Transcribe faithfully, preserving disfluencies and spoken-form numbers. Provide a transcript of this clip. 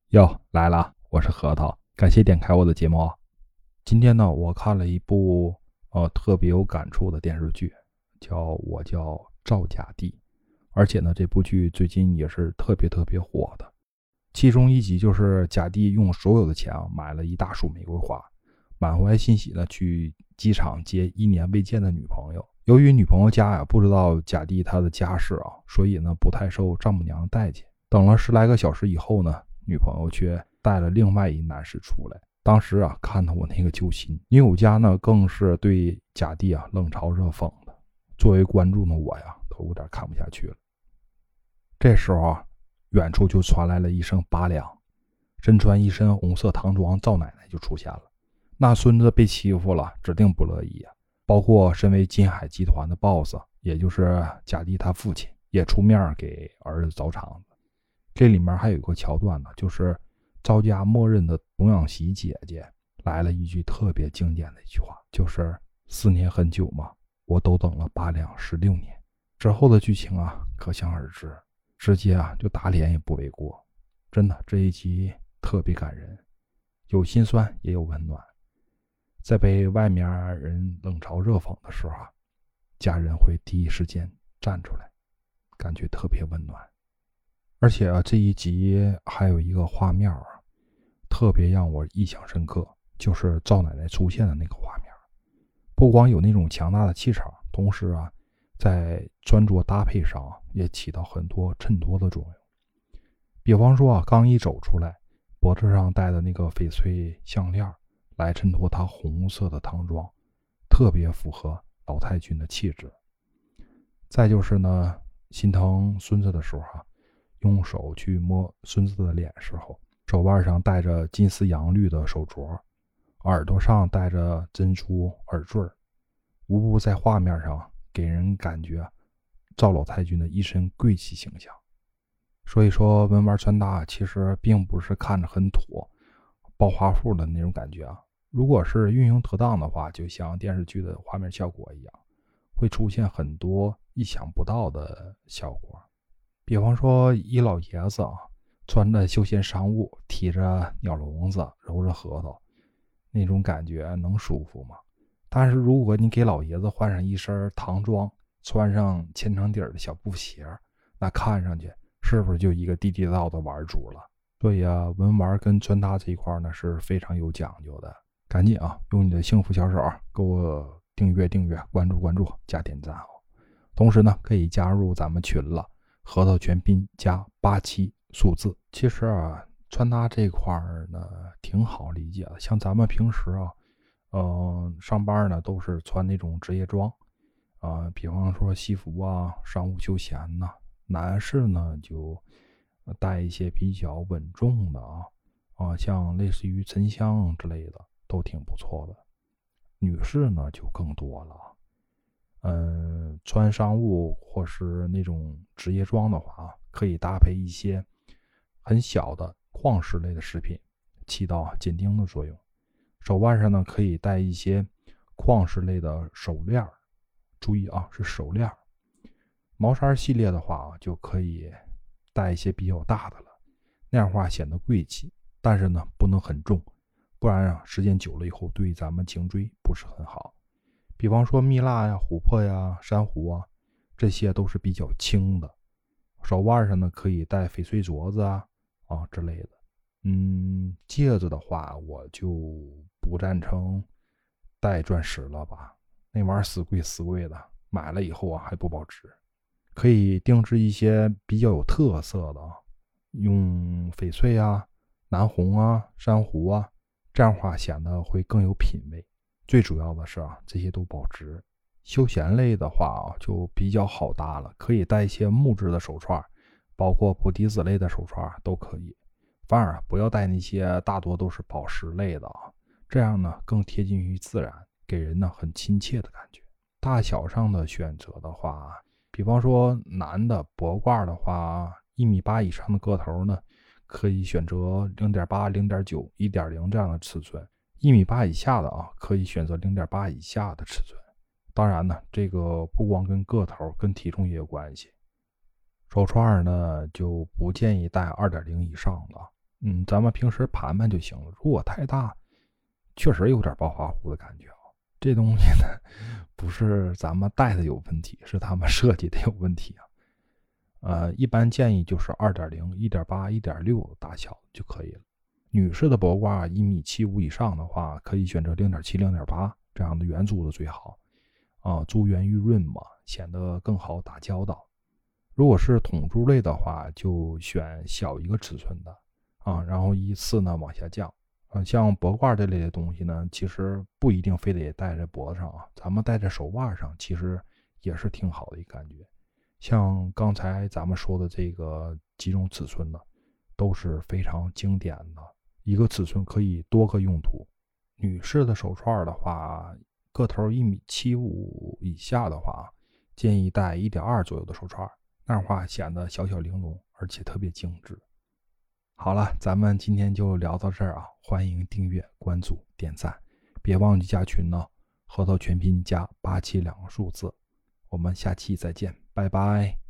哟，来了，我是核桃，感谢点开我的节目啊。今天呢，我看了一部呃特别有感触的电视剧，叫我叫赵甲地，而且呢，这部剧最近也是特别特别火的。其中一集就是甲地用所有的钱啊买了一大束玫瑰花，满怀欣喜的去机场接一年未见的女朋友。由于女朋友家呀不知道甲地他的家世啊，所以呢不太受丈母娘待见。等了十来个小时以后呢，女朋友却带了另外一男士出来。当时啊，看到我那个揪心，女友家呢更是对甲地啊冷嘲热讽的。作为观众的我呀，都有点看不下去了。这时候啊，远处就传来了一声拔凉，身穿一身红色唐装赵奶奶就出现了。那孙子被欺负了，指定不乐意啊。包括身为金海集团的 boss， 也就是甲地他父亲，也出面给儿子找场子。这里面还有一个桥段呢，就是赵家默认的童养媳姐姐来了一句特别经典的一句话，就是思念很久嘛，我都等了八两十六年。之后的剧情啊，可想而知，直接啊就打脸也不为过。真的，这一集特别感人，有心酸也有温暖。在被外面人冷嘲热讽的时候啊，家人会第一时间站出来，感觉特别温暖。而且啊，这一集还有一个画面啊，特别让我印象深刻，就是赵奶奶出现的那个画面。不光有那种强大的气场，同时啊，在穿着搭配上也起到很多衬托的作用。比方说啊，刚一走出来，脖子上戴的那个翡翠项链，来衬托她红色的唐装，特别符合老太君的气质。再就是呢，心疼孙子的时候啊，用手去摸孙子的脸时候，手腕上戴着金丝阳绿的手镯，耳朵上戴着珍珠耳坠，无不在画面上给人感觉赵老太君的一身贵气形象。所以说文玩穿搭其实并不是看着很土暴华富的那种感觉啊，如果是运用得当的话，就像电视剧的画面效果一样，会出现很多意想不到的效果。比方说一老爷子啊，穿着休闲商务，提着鸟笼子，揉着核桃，那种感觉能舒服吗？但是如果你给老爷子换上一身唐装，穿上千层底的小布鞋，那看上去是不是就一个地地道道的玩主了？所以啊，文玩跟穿搭这一块呢是非常有讲究的。赶紧啊，用你的幸福小手给我订阅订阅，关注关注，加点赞哦。同时呢，可以加入咱们群了。核桃全拼加八七数字。其实啊，穿搭这块儿呢挺好理解的。像咱们平时啊，嗯、呃，上班呢都是穿那种职业装，啊、呃，比方说西服啊、商务休闲呐、啊。男士呢就带一些比较稳重的啊，啊，像类似于沉香之类的都挺不错的。女士呢就更多了。嗯，穿商务或是那种职业装的话，可以搭配一些很小的矿石类的饰品，起到紧盯的作用。手腕上呢，可以戴一些矿石类的手链，注意啊，是手链。毛衫系列的话，就可以戴一些比较大的了，那样的话显得贵气，但是呢，不能很重，不然啊，时间久了以后对咱们颈椎不是很好。比方说蜜蜡呀、琥珀呀、珊瑚啊，这些都是比较轻的。手腕上呢可以戴翡翠镯子啊啊之类的。嗯，戒指的话我就不赞成戴钻石了吧，那玩意儿死贵死贵的，买了以后啊还不保值。可以定制一些比较有特色的，用翡翠啊、南红啊、珊瑚啊，这样的话显得会更有品味。最主要的是啊，这些都保值。休闲类的话啊，就比较好搭了，可以带一些木质的手串，包括菩提子类的手串都可以。反而不要带那些大多都是宝石类的啊，这样呢更贴近于自然，给人呢很亲切的感觉。大小上的选择的话，比方说男的脖挂的话，一米八以上的个头呢，可以选择零点八、零点九、一点零这样的尺寸。一米八以下的啊，可以选择零点八以下的尺寸。当然呢，这个不光跟个头，跟体重也有关系。手串呢就不建议戴二点零以上的， 嗯，咱们平时盘盘就行了。如果太大，确实有点暴发户的感觉啊。这东西呢，不是咱们戴的有问题，是他们设计的有问题啊。呃，一般建议就是 二点零、一点八、一点六 大小就可以了。女士的脖挂一米七五以上的话，可以选择 零点七、零点八 这样的圆珠的最好啊，珠圆玉润嘛，显得更好打交道。如果是筒珠类的话，就选小一个尺寸的啊，然后依次呢往下降。嗯、啊，像脖挂这类的东西呢，其实不一定非得戴在脖子上啊，咱们戴在手腕上，其实也是挺好的一个感觉。像刚才咱们说的这个几种尺寸呢，都是非常经典的，一个尺寸可以多个用途。女士的手串的话，个头一米七五以下的话，建议戴一点二左右的手串，那样的话显得小巧玲珑，而且特别精致。好了，咱们今天就聊到这儿啊！欢迎订阅、关注、点赞，别忘记加群呢。核桃全拼加八七两个数字，我们下期再见，拜拜。